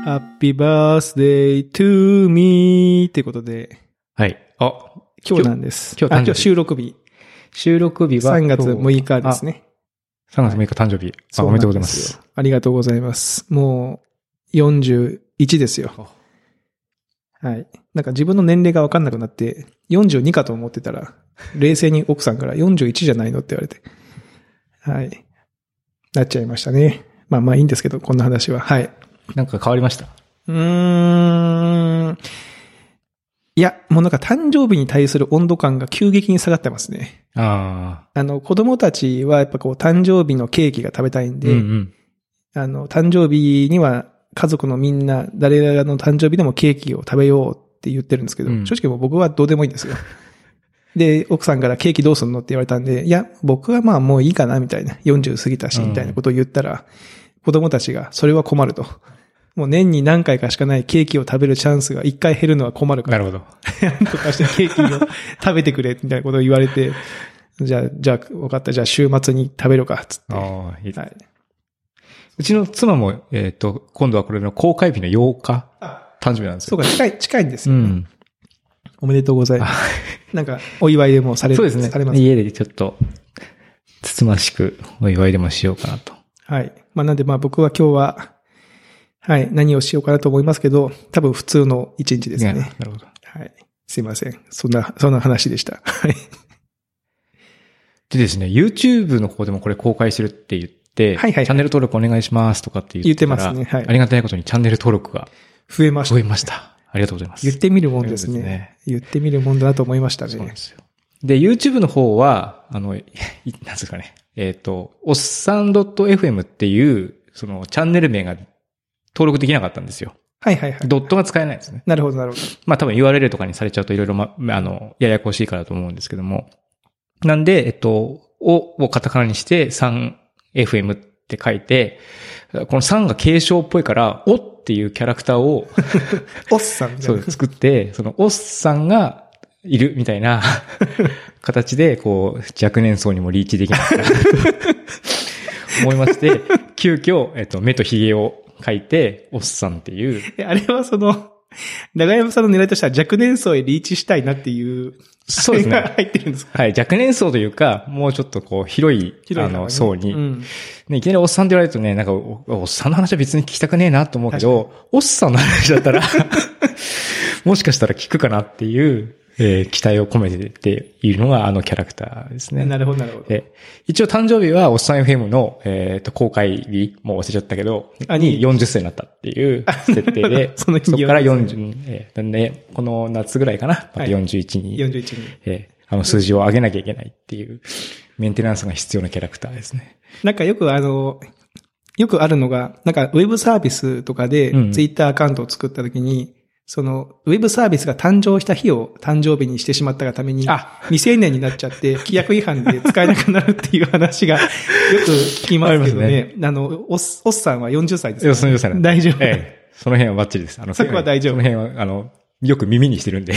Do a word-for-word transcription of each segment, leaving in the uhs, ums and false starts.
Happy birthday to me ってことで。 はい。あ、 今日なんです。 今日、今日今日収録日。 収録日はさんがつむいかですね。 さんがつむいか誕生日。あ、おめでとうございます。 ありがとうございます。もう、よんじゅういちですよ。はい。なんか自分の年齢がわかんなくなって、よんじゅうにかと思ってたら、冷静に奥さんからよんじゅういちじゃないのって言われて。はい。なっちゃいましたね。まあまあいいんですけど、こんな話は。はい。 なんか変わりました？ うーん。いや、もうなんか誕生日に対する温度感が急激に下がってますね。 ああ。 あの、子供たちはやっぱこう誕生日のケーキが食べたいんで、 うんうん、 あの、誕生日には家族のみんな、誰らの誕生日でもケーキを食べようって言ってるんですけど、うん、正直もう僕はどうでもいいんですよ。で、奥さんからケーキどうすんのって言われたんで、いや、僕はまあもういいかなみたいな、よんじゅう過ぎたし、みたいなことを言ったら、うん、子供たちがそれは困ると。もう年に何回かしかないケーキを食べるチャンスが一回減るのは困るから。 なるほど。 なんとかしてケーキを食べてくれ、みたいなことを言われて、じゃあ、じゃあ、分かった。じゃあ週末に食べるか、つって。 ああ、いい。 はい。 うちの妻も、えっと、今度はこれの公開日のようか、誕生日なんですよ。 そうか、近い、近いんですよ、ね。 うん。 おめでとうございます。なんか、お祝いでもされる。 そうですね。 されます。 家でちょっと、つつましくお祝いでもしようかなと。 はい。まあ、なんでまあ僕は今日は、はい。何をしようかなと思いますけど、多分普通の一日ですね。 なるほど。 はい。すいません。そんな、そんな話でした。はい。 でですね、YouTube の方でもこれ公開してるって言って、はいはいはい、チャンネル登録お願いしますとかって言ってたら、言ってますね。はい。ありがたいことにチャンネル登録が増えました。 増えました。ありがとうございます。 言ってみるもんですね。ですね、言ってみるもんだなと思いましたね。 そうなんですよ。で、YouTube の方は、あの、なんですかね。えっと、おっさん .fm っていう、そのチャンネル名が登録できなかったんですよ。 はいはいはい。 ドットが使えないですね。 なるほどなるほど。 まあ多分 ユーアールエル とかにされちゃうといろいろま、あの、ややこしいからと思うんですけども。なんで、えっと、おをカタカナにして スリーエフエム って書いて、このさんが継承っぽいから、おっていうキャラクターを、 おっさんそう作って、そのおっさんがいるみたいな形で、こう、若年層にもリーチできないかなと思いまして、急遽、えっと、目と髭を書いて、おっさんっていう。 あれはその、長山さんの狙いとしては若年層へリーチしたいなっていう。 そうですね。 入ってるんですか？ はい。若年層というか、もうちょっとこう、広い、広いあの、層に、うん。ね、いきなりおっさんって言われるとね、なんかお、おっさんの話は別に聞きたくねえなと思うけど、おっさんの話だったら、もしかしたら聞くかなっていう、えー、期待を込めているのがあのキャラクターですね。 なるほど、なるほど。 で、一応誕生日はおっさん エフエム の、えっと、公開日、もう忘れちゃったけど、によんじゅっさいになったっていう設定で、そ, そこからよんじゅう、えー、なんで、この夏ぐらいかな、またよんじゅういちに、はい、 よんじゅういちに。 えー、あの数字を上げなきゃいけないっていう、メンテナンスが必要なキャラクターですね。 なんかよくあの、よくあるのが、なんかウェブサービスとかでツイッターアカウントを作った時に、うんその、ウェブサービスが誕生した日を誕生日にしてしまったがために、未成年になっちゃって、規約違反で使えなくなるっていう話がよく聞きますけどね。あ, ねあのおっ、おっさんはよんじゅっさいですから、ね。 よんじゅっさいなんで。 大丈夫。 ええ。その辺はバッチリです。あの、 そこは大丈夫。 その辺は、あの、よく耳にしてるんで。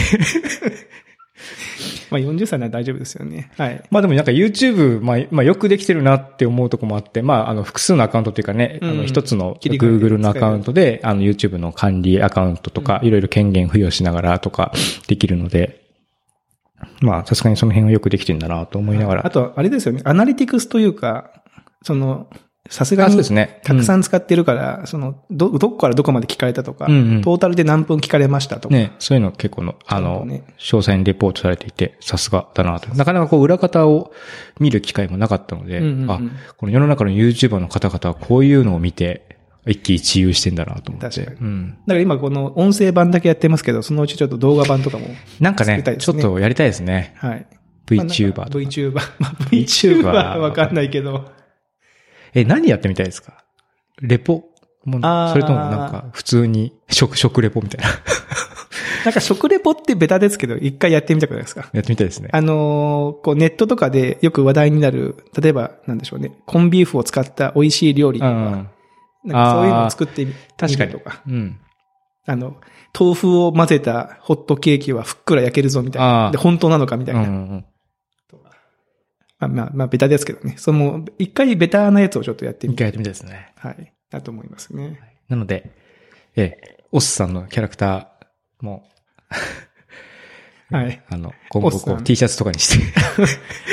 まあよんじゅっさいなら大丈夫ですよね。はい。 まあでもなんか YouTube、まあ、まあよくできてるなって思うとこもあって、まああの複数のアカウントっていうかね、うん、あの一つの Google のアカウントで、あの YouTube の管理アカウントとか、いろいろ権限付与しながらとかできるので、まあさすがにその辺はよくできてるんだなと思いながら。 あと、あれですよね、アナリティクスというか、その、さすがに、たくさん使ってるから、うん、その、ど、どこからどこまで聞かれたとか、うんうん、トータルで何分聞かれましたとか。 ね、そういうの結構の、あの、ね、詳細にレポートされていて、さすがだなと。なかなかこう、裏方を見る機会もなかったので、うんうんうん、あ、この世の中の YouTuber の方々はこういうのを見て、一喜一憂してんだなと思って。 確かに。うん。だから今この音声版だけやってますけど、そのうちちょっと動画版とかも、ね。 なんかね、ちょっとやりたいですね。 はい。 VTuber とか。 VTuber。まあ、VTuber はわかんないけど。 え、何やってみたいですか？レポもそれともなんか普通に食、食レポみたいな。 なんか食レポってベタですけど、一回やってみたくないですか？ やってみたいですね。 あのー、こうネットとかでよく話題になる、例えばなんでしょうね、コンビーフを使った美味しい料理とか、うん、なんかそういうのを作ってみるとか。確かに。うん。あの、豆腐を混ぜたホットケーキはふっくら焼けるぞみたいな。で、本当なのかみたいな。うんうんまあまあ、まあ、ベタですけどね。その、一回ベタなやつをちょっとやってみ一回やってみたいですね。 はい。だと思いますね。 なので、 ええ、オスさんのキャラクターも、 はい。 あの、今後こう T シャツとかにして。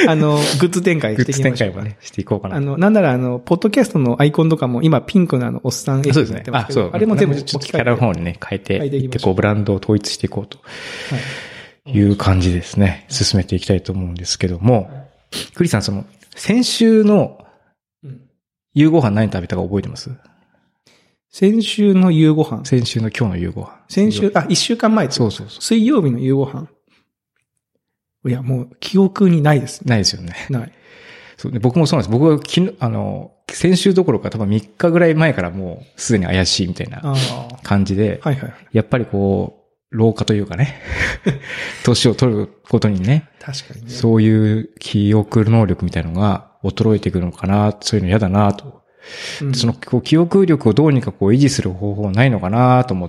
あの、グッズ展開していきましょう。 グッズ展開もね、していこうかな。 あの、なんならあの、ポッドキャストのアイコンとかも今ピンクのあの、おっさん絵になってますけど、 あ、そう。 あれも全部ちょっとキャラの方にね、変えていって、こう、ブランドを統一していこうという感じですね。進めていきたいと思うんですけども、クリさん、その、先週の夕ご飯何食べたか覚えてます？ 先週の夕ご飯。 先週の今日の夕ご飯。 先週、あ、一週間前。 そうそうそう。 水曜日の夕ご飯。いや、もう、記憶にないです、 ね。ないですよね。 ない。 そうね、僕もそうなんです。僕は昨日、あの、先週どころか多分みっかぐらい前からもうすでに怪しいみたいな感じで、 はいはい、 やっぱりこう、老化というかね、年を取ることにね、 確かにね。 そういう記憶能力みたいなのが衰えてくるのかな、そういうの嫌だなと。うん、そのこう記憶力をどうにかこう維持する方法ないのかなと思って、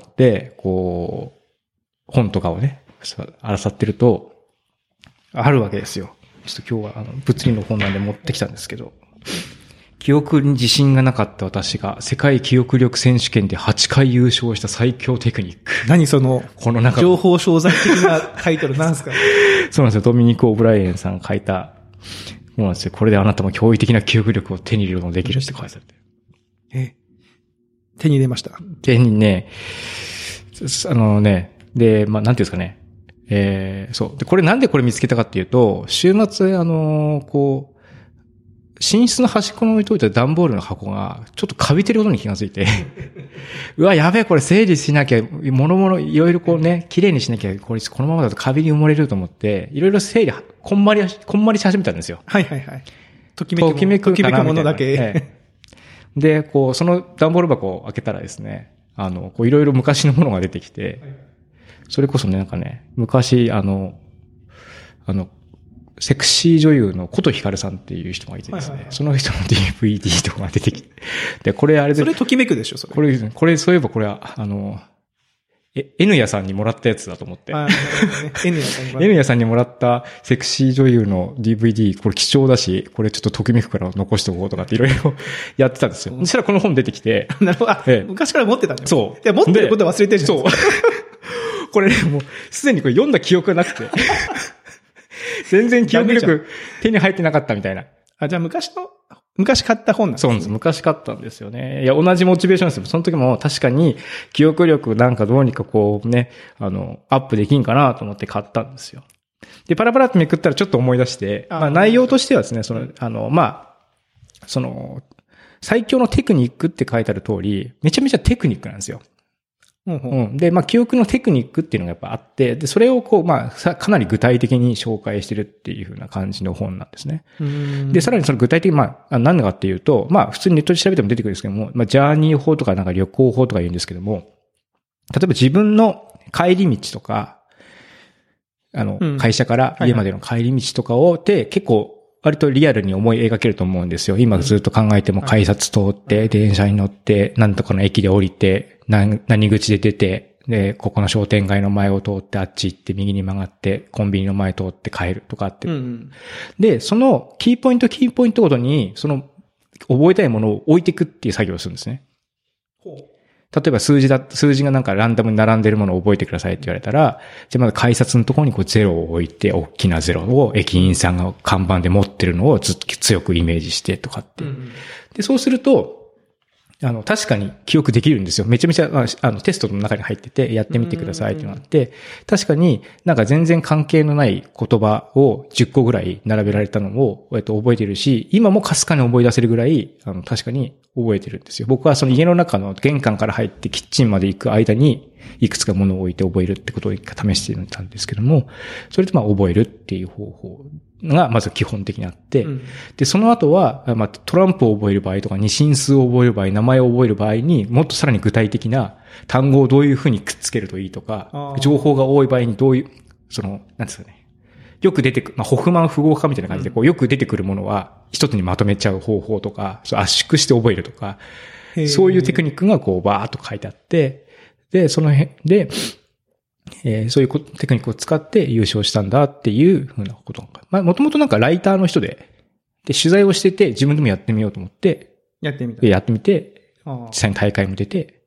こう、本とかをね、あらさってると、あるわけですよ。ちょっと今日はあの物理の本なんで持ってきたんですけど、記憶に自信がなかった私が世界記憶力選手権ではちかい優勝した最強テクニック。 何その、 この中情報商材的なタイトルなんですか？ そうなんですよ。ドミニク・オブライエンさんが書いた、そうなんですよ。これであなたも驚異的な記憶力を手に入れることができるって書いてある。 え、手に入れました。 手にね、あのね、で、まあ、なんていうんですかね。えー、そう。で、これなんでこれ見つけたかっていうと、週末、あのー、こう、寝室の端っこに置いといた段ボールの箱が、ちょっとカビてることに気がついて、うわ、やべえ、これ整理しなきゃ、もろもろいろいろこうね、綺麗にしなきゃ、これこのままだとカビに埋もれると思って、いろいろ整理、こんまり、こんまりし始めたんですよ。 はいはいはい。ときめく。 ときめく。 ときめくものだけ。 ええ、で、こう、その段ボール箱を開けたらですね、あの、こういろいろ昔のものが出てきて、それこそね、なんかね、昔、あの、あの、セクシー女優の琴ひかるさんっていう人がいてですね、はいはいはい、その人の ディーブイディー とかが出てきて、で、これあれで、 それときめくでしょ、それ。 これ、これ、そういえばこれは、あの、え、N 屋さんにもらったやつだと思って。 ね、N 屋さんにもらった。 N 屋さんにもらったセクシー女優の ディーブイディー、これ貴重だし、これちょっとときめくから残しておこうとかっていろいろやってたんですよ。そしたらこの本出てきて。 なるほど。あ、ええ、昔から持ってたんだよ。 そう。 いや、持ってること忘れてるじゃん。 そう。これね、もう、すでにこれ読んだ記憶がなくて。全然記憶力手に入ってなかったみたいな。 あ、じゃあ昔の、昔買った本なんですね。 そうなんです。昔買ったんですよね。いや、同じモチベーションですよ。その時も確かに記憶力なんかどうにかこうね、あの、アップできんかなと思って買ったんですよ。で、パラパラってめくったらちょっと思い出して、あまあ内容としてはですね、その、あの、まあ、その、最強のテクニックって書いてある通り、めちゃめちゃテクニックなんですよ。うんうん、で、まあ、記憶のテクニックっていうのがやっぱあって、で、それをこう、まあ、かなり具体的に紹介してるっていう風な感じの本なんですね。で、さらにその具体的に、まあ、何かっていうと、まあ、普通にネットで調べても出てくるんですけども、まあ、ジャーニー法とかなんか旅行法とか言うんですけども、例えば自分の帰り道とか、あの、うん、会社から家までの帰り道とかを、で、結構、割とリアルに思い描けると思うんですよ。今ずっと考えても改札通って、電車に乗って、なんとかの駅で降りて、何、何口で出て、で、ここの商店街の前を通ってあっち行って右に曲がって、コンビニの前通って帰るとかって。うん、で、そのキーポイントキーポイントごとに、その覚えたいものを置いていくっていう作業をするんですね。ほう。例えば数字だ、数字がなんかランダムに並んでるものを覚えてくださいって言われたら、じゃあまず改札のところにこうゼロを置いて、大きなゼロを駅員さんが看板で持ってるのをずっと強くイメージしてとかって。うん、で、そうすると、あの、確かに記憶できるんですよ。めちゃめちゃ、あの、テストの中に入ってて、やってみてくださいってなって、確かになんか全然関係のない言葉をじゅっこぐらい並べられたのを、えっと、覚えてるし、今もかすかに思い出せるぐらい、あの、確かに覚えてるんですよ。僕はその家の中の玄関から入ってキッチンまで行く間に、いくつか物を置いて覚えるってことを一回試してたんですけども、それでまあ覚えるっていう方法がまず基本的にあって、うん、で、その後は、まあ、トランプを覚える場合とか、二進数を覚える場合、名前を覚える場合にもっとさらに具体的な単語をどういうふうにくっつけるといいとか、情報が多い場合にどういう、その、なんですかね。よく出てくる、まあ、ホフマン符号化みたいな感じで、こう、よく出てくるものは一つにまとめちゃう方法とか、そう圧縮して覚えるとか、そういうテクニックがこう、バーっと書いてあって、で、その辺で、えー、そういうテクニックを使って優勝したんだっていうふうなことが。まあ、もともとなんかライターの人で、で、取材をしてて自分でもやってみようと思って、 やってみた。 やってみて、実際に大会も出て、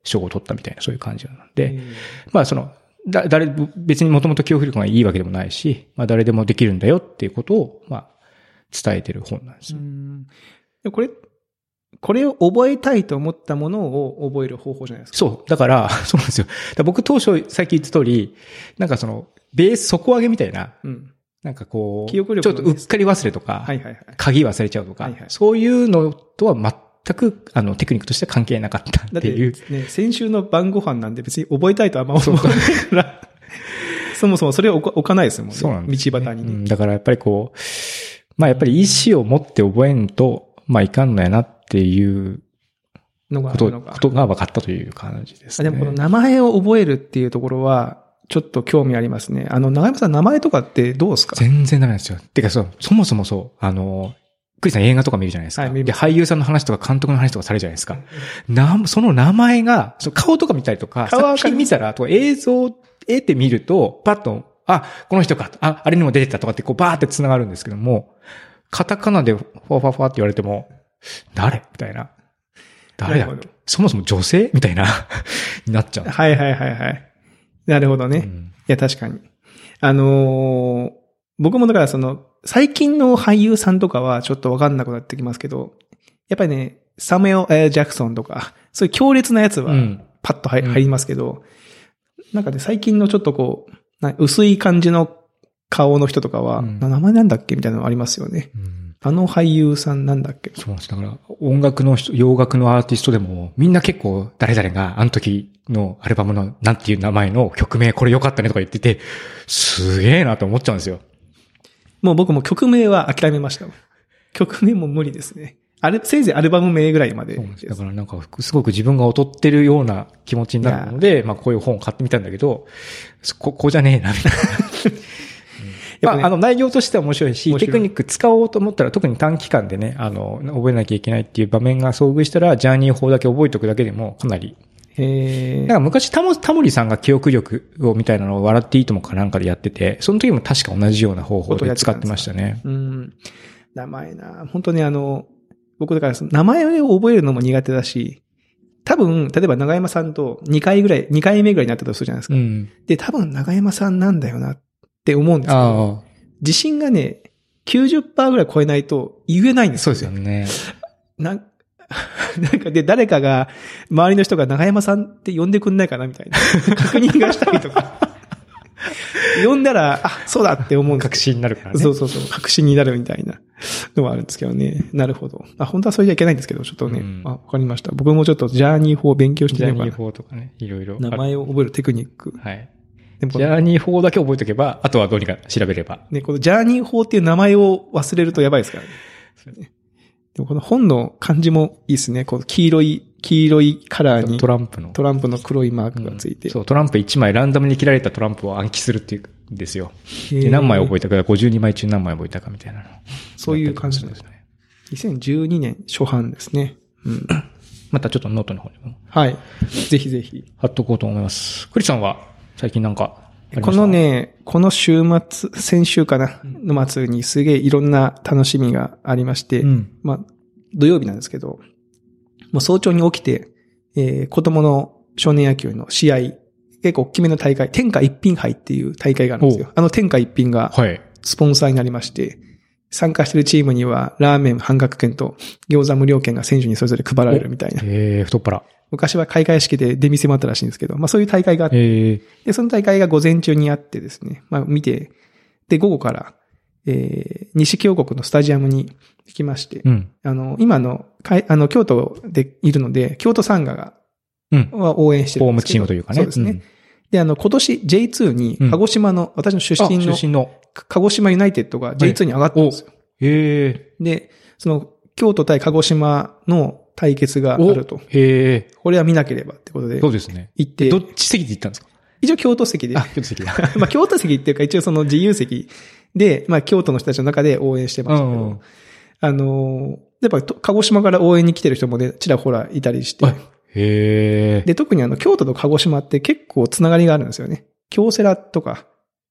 賞を取ったみたいな、そういう感じなんで、まあその、だ、誰、別にもともと記憶力がいいわけでもないし、まあ誰でもできるんだよっていうことを、まあ、伝えてる本なんですよ。 うん、これ、これを覚えたいと思ったものを覚える方法じゃないですか。 そう。だから、そうなんですよ。だ僕当初、さっき言った通り、なんかその、ベース底上げみたいな、うん、なんかこう、記憶力ちょっとうっかり忘れとか、はいはいはい、鍵忘れちゃうとか、はいはい、そういうのとは全く、あの、テクニックとしては関係なかったっていう。 だってね、先週の晩ご飯なんで別に覚えたいとはあんま思わないから、そもそもそれを置かないですもんね。そうなんです、ね。道端にね、 うん。だからやっぱりこう、まあやっぱり意思を持って覚えんと、まあいかんのやなっていうのが、ことが分かったという感じですね。 でもこの名前を覚えるっていうところは、ちょっと興味ありますね。あの、長山さん名前とかってどうですか？ 全然ダメなんですよ。てかそう、そもそもそう、あの、クリさん映画とか見るじゃないですか。はい、見ます。で、俳優さんの話とか監督の話とかされるじゃないですか。な、その名前が、その顔とか見たりとか、作品見たら、とか映像、絵って見ると、パッと、あ、この人か、あ、あれにも出てたとかってこうバーって繋がるんですけども、カタカナでファファファって言われても、誰みたいな。誰だっけ？そもそも女性みたいな、になっちゃう。 はいはいはいはい。なるほどね。うん、いや、確かに。あのー、僕もだからその、最近の俳優さんとかはちょっとわかんなくなってきますけど、やっぱりね、サムエル・エル・ジャクソンとか、そういう強烈なやつはパッと入りますけど、うん、なんかね、最近のちょっとこう、薄い感じの顔の人とかは、うん、名前なんだっけみたいなのありますよね。うん、あの俳優さんなんだっけ？ そうなんです。だから、音楽の人、洋楽のアーティストでも、みんな結構誰々があの時のアルバムのなんていう名前の曲名これ良かったねとか言ってて、すげえなと思っちゃうんですよ。 もう僕も曲名は諦めました。曲名も無理ですね。あれ、せいぜいアルバム名ぐらいまで。 だからなんか、すごく自分が劣ってるような気持ちになるので、まあこういう本を買ってみたんだけど、ここじゃねえな、みたいな。まあ、あの、内容としては面白いし、テクニック使おうと思ったら特に短期間でね、あの、覚えなきゃいけないっていう場面が遭遇したら、ジャーニー法だけ覚えておくだけでもかなり。へー。なんか昔、タモ、タモリさんが記憶力をみたいなのを笑っていいともかなんかでやってて、その時も確か同じような方法で使ってましたね。 うん。名前な、本当にあの、僕だから名前を覚えるのも苦手だし、多分、例えば長山さんとにかいぐらい、にかいめぐらいになったとするじゃないですか。うん、で、多分長山さんなんだよなって思うんですけど、自信がね、きゅうじゅっパーセント ぐらい超えないと言えないんですよ。 そうですよね。 な、なんかで、誰かが、周りの人が長山さんって呼んでくんないかなみたいな。確認がしたりとか。呼んだら、あ、そうだって思うんです。 確信になるからね。 そうそうそう。確信になるみたいなのはあるんですけどね。なるほど。あ、本当はそれじゃいけないんですけど、ちょっとね。うん、あ、わかりました。僕もちょっとジャーニー法を勉強してみようかな。 ジャーニー法とかね、いろいろ。 名前を覚えるテクニック。 はい。でもジャーニー法だけ覚えておけば、あとはどうにか調べれば。 ね、このジャーニー法っていう名前を忘れるとやばいですからね。そうね。でもこの本の漢字もいいですね。この黄色い、黄色いカラーに。 トランプの。 トランプの黒いマークがついて。 うん、そう、トランプいちまいランダムに切られたトランプを暗記するっていうんですよ。で、何枚覚えたか、ごじゅうにまい中何枚覚えたかみたいなの。 そういう感じですね。にせんじゅうにねん初版ですね。うん。 またちょっとノートの方にも。 はい。ぜひぜひ。 貼っとこうと思います。クリさんは最近なんかありました？ このね、この週末、先週かな、の末にすげえいろんな楽しみがありまして、うん、まあ、土曜日なんですけど、もう早朝に起きて、えー、子供の少年野球の試合、結構大きめの大会、天下一品杯っていう大会があるんですよ。あの天下一品が、スポンサーになりまして、はい、参加しているチームには、ラーメン半額券と餃子無料券が選手にそれぞれ配られるみたいな。 へー、太っ腹。 昔は開会式で出店もあったらしいんですけど、まあそういう大会があって、で、その大会が午前中にあってですね、まあ見て、で、午後から、えー、西京国のスタジアムに行きまして、うん、あの、今の、かい、あの、京都でいるので、京都サンガが、うん、は応援してるんですけど。ホームチームというかね。 そうですね。うん、で、あの、今年 ジェイツー に、鹿児島の、うん、私の出身の、出身の、鹿児島ユナイテッドが ジェイツー に上がったんですよ。 へー。 で、その、京都対鹿児島の対決があると。 へー。 これは見なければってことで。 そうですね。 行って。 どっち席で行ったんですか？ 一応京都席で。 あ、京都席で。 まあ京都席っていうか一応その自由席で、まあ京都の人たちの中で応援してましたけど、うん、あの、やっぱ鹿児島から応援に来てる人もね、ちらほらいたりして。 へー。 で、特にあの京都と鹿児島って結構つながりがあるんですよね。京セラとか、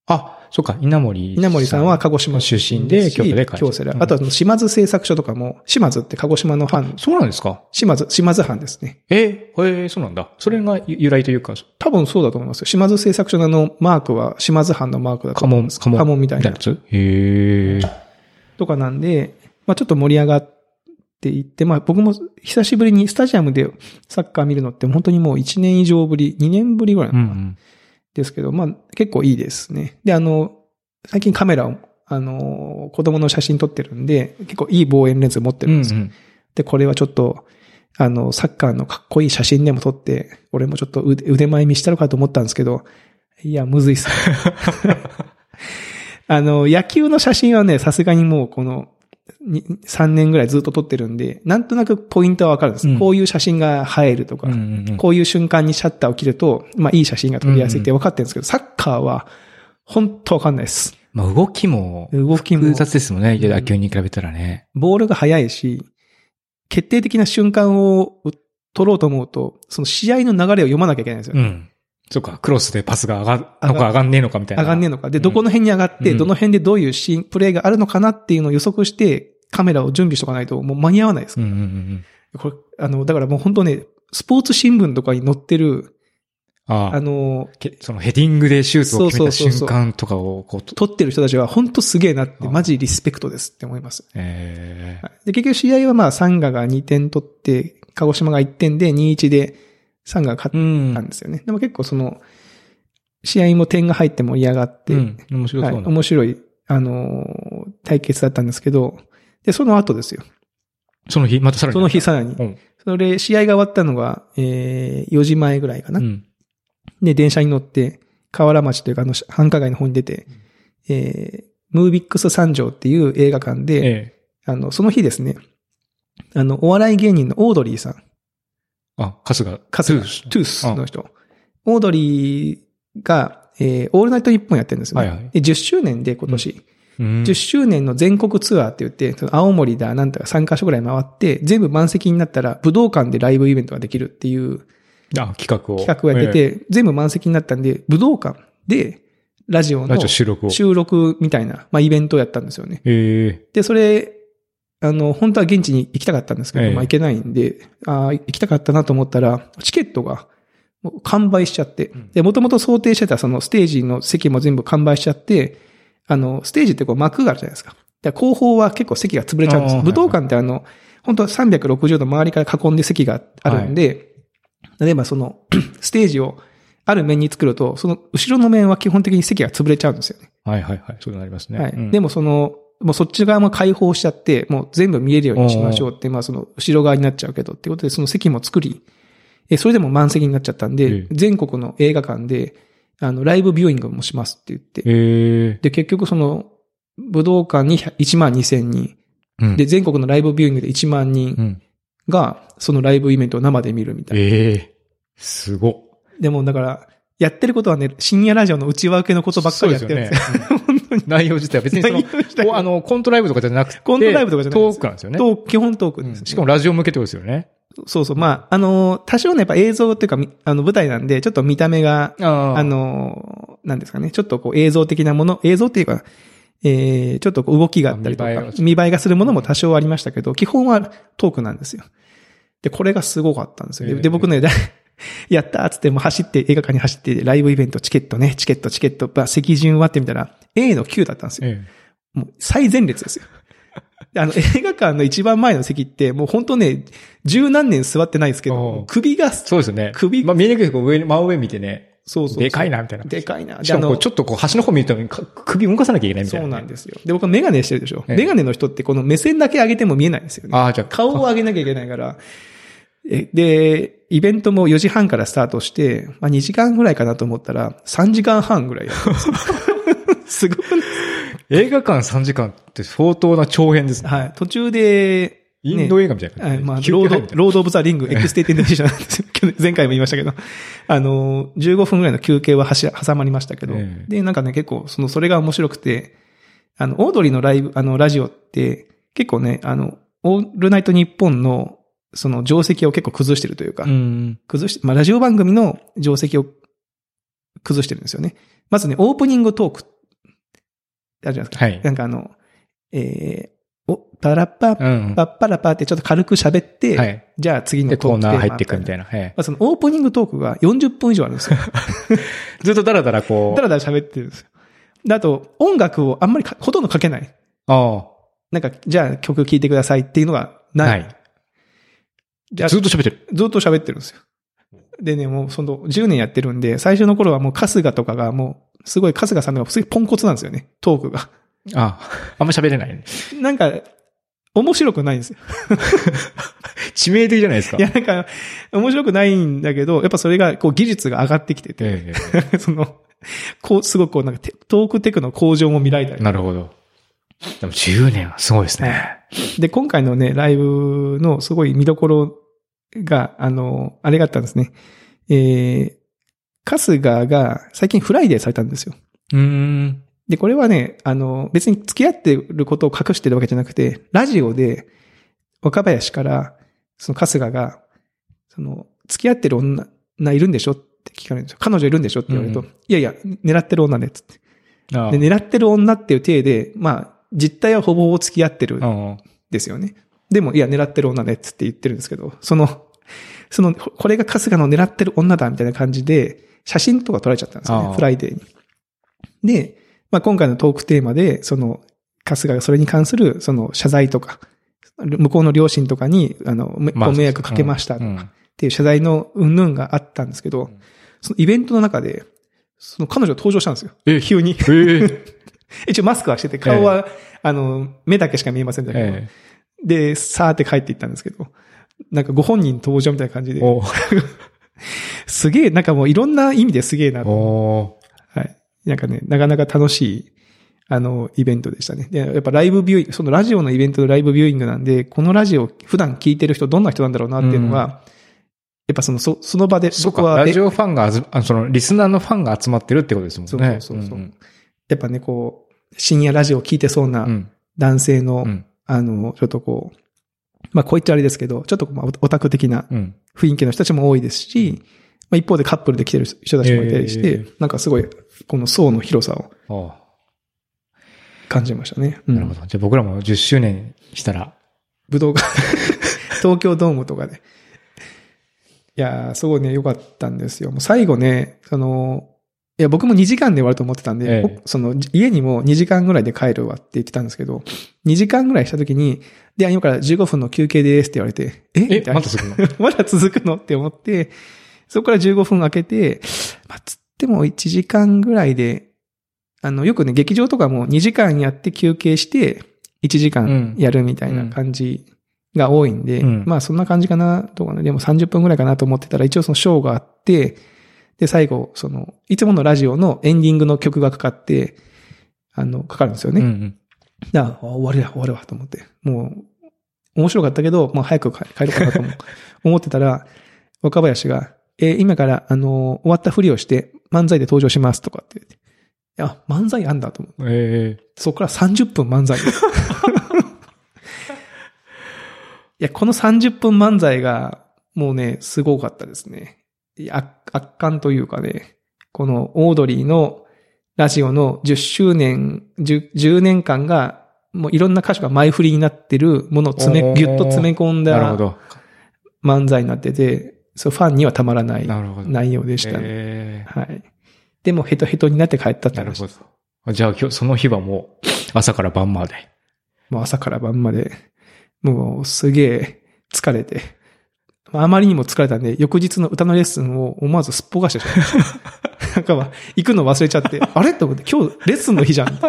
あ、そっか、稲森。 稲森さんは鹿児島出身で、京都で京セラ。あとは、島津製作所とかも、島津って鹿児島の藩。 そうなんですか？ 島津、島津藩ですね。 えー、えー、そうなんだ。それが由来というか。 多分そうだと思いますよ。島津製作所のあの、マークは、島津藩のマークだと思います。 家紋、 家紋みたいな。 やつ？へー。 とかなんで、まあちょっと盛り上がっていって、まあ僕も久しぶりにスタジアムでサッカー見るのって本当にもういちねん以上ぶり、にねんぶりぐらいなのかな。うんうん、ですけど、まあ結構いいですね。で、あの、最近カメラを、あの、子供の写真撮ってるんで、結構いい望遠レンズ持ってるんですよ。うんうん、で、これはちょっと、あの、サッカーのかっこいい写真でも撮って、俺もちょっと腕、腕前見したろかと思ったんですけど、いや、むずいっすね。あの、野球の写真はね、さすがにもうこの、さんねんぐらいずっと撮ってるんで、なんとなくポイントはわかるんです。うん、こういう写真が映えるとか、うんうんうん、こういう瞬間にシャッターを切ると、まあいい写真が撮りやすいって分かってるんですけど、サッカーは、本当わかんないです。 まあ動きも、動きも複雑ですもんね。野球に比べたらね。 ボールが速いし、決定的な瞬間を取ろうと思うと、その試合の流れを読まなきゃいけないんですよ。 うん。そうか、クロスでパスが上が、どこ上がんねえのかみたいな。 上がんねえのか。で、どこの辺に上がって、うん、どの辺でどういうシーン、プレーがあるのかなっていうのを予測して、カメラを準備しとかないともう間に合わないです。うんうんうん、これ、あの、だからもう本当ね、スポーツ新聞とかに載ってる、 ああ、 あの、 そのヘディングでシュートを決めた瞬間とかをこう撮ってる人たちは本当すげえなってマジリスペクトですって思います。 えー、 で、結局試合はまあサンガがにてん取って、鹿児島がいってんでにいちでサンガが勝ったんですよね。うん、でも結構その、試合も点が入って盛り上がって、うん、 面白そうな、 はい、面白い、あのー、対決だったんですけど、で、その後ですよ。 その日、またさらに。 その日さらに。うん、それ、試合が終わったのが、えー、よじまえぐらいかな。うんで、電車に乗って、河原町というか、あの、繁華街の方に出て、えー、ムービックス三条っていう映画館で、ええ、あの、その日ですね、あの、お笑い芸人のオードリーさん。 あ、春日。 春日。トゥースの人。オードリーが、えー、オールナイトニッポンやってるんですよね。はいはい、でじゅっしゅうねんで今年、うん、じゅっしゅうねんの全国ツアーって言って、その青森だ、なんとかさんカ所ぐらい回って、全部満席になったら、武道館でライブイベントができるっていう、 あ、企画を。 企画をやってて、ええ、全部満席になったんで、武道館で、ラジオの収録を。 収録みたいな、まあ、イベントをやったんですよね。 えで、それ、あの、本当は現地に行きたかったんですけど、え、まあ、行けないんで、あ行きたかったなと思ったら、チケットが、もう完売しちゃって、うん、で、もともと想定してたそのステージの席も全部完売しちゃって、あの、ステージってこう幕があるじゃないですか。で、後方は結構席が潰れちゃうんです。武道館ってあの、はいはい、本当さんびゃくろくじゅうど周りから囲んで席があるんで、はい例えばその、ステージをある面に作ると、その後ろの面は基本的に席が潰れちゃうんですよね。 はいはいはい。そうなりますね。 はい。うん、でもその、もうそっち側も開放しちゃって、もう全部見えるようにしましょうって、まあその後ろ側になっちゃうけどってことで、その席も作り、え、それでも満席になっちゃったんで、えー、全国の映画館で、あの、ライブビューイングもしますって言って。 えー、 で、結局その、武道館にいちまんにせんにん、うん、で、全国のライブビューイングでいちまんにんが、そのライブイベントを生で見るみたいな。 ええー、すごっ。 でも、だから、やってることはね、深夜ラジオの内輪受けのことばっかりやってるんですよ。 そうですよね。本当に。内容自体は別にその、あの、コントライブとかじゃなくて、 コントライブとかじゃなくて、 トークなんですよね。 トーク、基本トークです、ねうん。しかもラジオ向けってことですよね。 そうそう。まあ、あの、多少ね、やっぱ映像っていうか、あの、舞台なんで、ちょっと見た目が、あ, あの、なんですかね、ちょっとこう映像的なもの、映像っていうか、えー、ちょっと動きがあったりとか、見栄えがするものも多少ありましたけど、基本はトークなんですよ。で、これがすごかったんですよ。えー、で、僕ね、やったーっつってもう走って、映画館に走って、ライブイベント、チケットね、チケット、チケット、まあ、席順割ってみたら、エー のきゅうだったんですよ。えー、もう最前列ですよ。あの、映画館の一番前の席って、もう本当ね、十何年座ってないですけど、首が、 そうですね。 首。 まあ見えにくいけど、上、真上見てね。 そうそうそう。 でかいな、みたいな。 でかいな。 しかもこう、ちょっとこう、端の方見ると首動かさなきゃいけないみたいな、ね。そうなんですよ。で、僕はメガネしてるでしょ。ええ、メガネの人ってこの目線だけ上げても見えないんですよね。 ああ、じゃあ。 顔を上げなきゃいけないから。で、イベントもよじはんからスタートして、まあにじかんぐらいかなと思ったら、さんじかんはんぐらいやったんですよ。すごくね。 映画館さんじかんって相当な長編ですね。 はい。途中で、 ね、インド映画みたいな、 ね。はい。まあ、ロード、ロードオブザリング、エクステイテンドエディションなんですよ。前回も言いましたけど。あの、じゅうごふんぐらいの休憩ははし挟まりましたけど。えー、で、なんかね、結構、その、それが面白くて、あの、オードリーのライブ、あの、ラジオって、結構ね、あの、オールナイトニッポンの、その、定石を結構崩してるというか、うん、崩して、まあ、ラジオ番組の定石を崩してるんですよね。まずね、オープニングトークあるじゃないですか。はい。なんかあの、えー、お、パラッパ、うん、パッパラパってちょっと軽く喋って、はい、じゃあ次のトークテーマ。コーナー入っていくみたいな。はい。 まあ、そのオープニングトークがよんじゅっぷん以上あるんですよ。 ずっとダラダラこう。 ダラダラ喋ってるんですよ。で、あと、音楽をあんまりほとんどかけない。 ああ。 なんか、じゃあ曲聴いてくださいっていうのがない。はい。 じゃあずっと喋ってる。 ずっと喋ってるんですよ。でね、もうそのじゅうねんやってるんで、最初の頃はもう春日とかがもう、すごい春日さんのがすごいポンコツなんですよね、トークが。 ああ、あんま喋れない、ね。 なんか、面白くないんですよ。 致命的じゃないですか。 いや、なんか、面白くないんだけど、やっぱそれが、こう、技術が上がってきてて、ええ、その、こう、すごくこう、なんか、トークテクの向上も見られたり。 なるほど。でもじゅうねんはすごいですね。 で、今回のね、ライブのすごい見どころが、あの、あれがあったんですね。えー、春日が最近フライデーされたんですよ。 うーん。 で、これはね、あの、別に付き合ってることを隠してるわけじゃなくて、ラジオで、若林から、その春日が、その、付き合ってる女いるんでしょって聞かれるんですよ。彼女いるんでしょって言われると、うん、いやいや、狙ってる女ね、つって。ああで、狙ってる女っていう体で、まあ、実態はほぼほぼ付き合ってるんですよね。でも、いや、狙ってる女ね、つって言ってるんですけど、その、その、これが春日の狙ってる女だ、みたいな感じで、写真とか撮られちゃったんですよね、フライデーに。で、まあ、今回のトークテーマで、その、春日がそれに関する、その、謝罪とか、向こうの両親とかに、あの、ご迷惑かけましたとか、っていう謝罪の云々があったんですけど、そのイベントの中で、その彼女が登場したんですよ。 え急に。 えー、 一応マスクはしてて、顔は、えー、あの、目だけしか見えませんだけど、えー、で、さーって帰っていったんですけど、なんかご本人登場みたいな感じで、すげえ、なんかもういろんな意味ですげえなと。はい。なんかね、なかなか楽しい、あの、イベントでしたね。で、やっぱライブビューイング、そのラジオのイベントのライブビューイングなんで、このラジオ普段聞いてる人どんな人なんだろうなっていうのが、うん、やっぱその、そ、その場で僕は。 ラジオファンが、あその、リスナーのファンが集まってるってことですもんね。 そうそうそう。うん、やっぱね、こう、深夜ラジオを聞いてそうな男性の、うん、あの、ちょっとこう、まあこう言っちゃあれですけど、ちょっとオタク的な雰囲気の人たちも多いですし、うん、まあ一方でカップルで来てる人たちもいたりして、えー、なんかすごい、この層の広さを感じましたね。 うん、なるほど。じゃあ僕らもじゅっしゅうねんしたら。 武道館、東京ドームとかで。いやー、すごいね、良かったんですよ。もう最後ね、その、いや、僕もにじかんで終わると思ってたんで、ええ、その、家にもにじかんぐらいで帰るわって言ってたんですけど、にじかんぐらいした時に、で、今からじゅうごふんの休憩ですって言われて、 ええ、まだ続くのまだ続くのって思って、そこからじゅうごふん空けて、まあ、つってもいちじかんぐらいで、あの、よくね、劇場とかもにじかんやって休憩して、いちじかんやるみたいな感じが多いんで、うん、まあそんな感じかな、とかね、でもさんじゅっぷんぐらいかなと思ってたら、一応そのショーがあって、で、最後、その、いつものラジオのエンディングの曲がかかって、あの、かかるんですよね。うんうん、だから、終わりだ、終わるわ、と思って。もう、面白かったけど、もう早く帰ろうかなと思ってたら、若林が、えー、今から、あのー、終わったふりをして、漫才で登場しますとかって言って。いや、漫才あんだと思って。 えー、 そこからさんじゅっぷん漫才です。いや、このさんじゅっぷん漫才が、もうね、すごかったですね。圧巻というかね、このオードリーのラジオのじゅっしゅうねん、じゅうねんかんが、もういろんな歌手が前振りになってるものを詰め、ぎゅっと詰め込んだ漫才になってて、そうファンにはたまらない内容でしたね。はい。でもヘトヘトになって帰ったって話。なるほど。じゃあ今日、その日はもう朝から晩まで。 もう朝から晩まで、もうすげえ疲れて。あまりにも疲れたんで、翌日の歌のレッスンを思わずすっぽかしてしまいました。なんかは、行くの忘れちゃって、あれと思って、今日レッスンの日じゃん。やっぱ、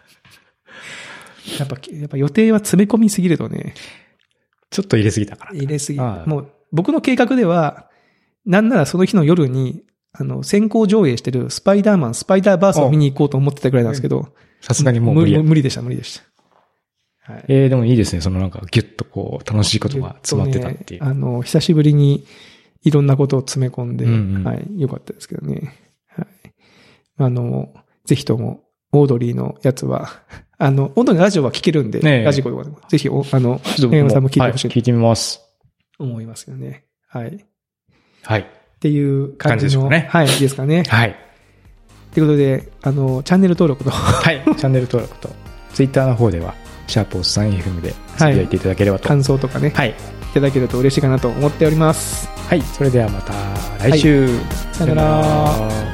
やっぱ予定は詰め込みすぎるとね。 ちょっと入れすぎたから。 入れすぎ。もう、僕の計画では、なんならその日の夜に、あの、先行上映してるスパイダーマン、スパイダーバースを見に行こうと思ってたぐらいなんですけど。 さすがにもう無理。 無理でした、無理でした。 はい、えー、でもいいですね。そのなんかギュッとこう楽しいことが詰まってたっていう。 ね、あの、久しぶりにいろんなことを詰め込んで、うんうん、はい、よかったですけどね。はい。あの、ぜひとも、オードリーのやつは、あの、オードリーのラジオは聞けるんで、ね、ラジコとかでも、ぜひ、あの、根山さんも聞いてほしい、 はい。聞いてみます。 思いますよね。はい。 はい。 っていう感じの。感じでしょうかね。はい、いいですかね。 はい。 ということで、あの、チャンネル登録と。 はい、チャンネル登録と。ツイッターの方では、シャープおっさん エフエム でつぶやいていただければと。 はい、感想とかね。はい。いただけると嬉しいかなと思っております。 はい、それではまた来週。 はい、さよなら。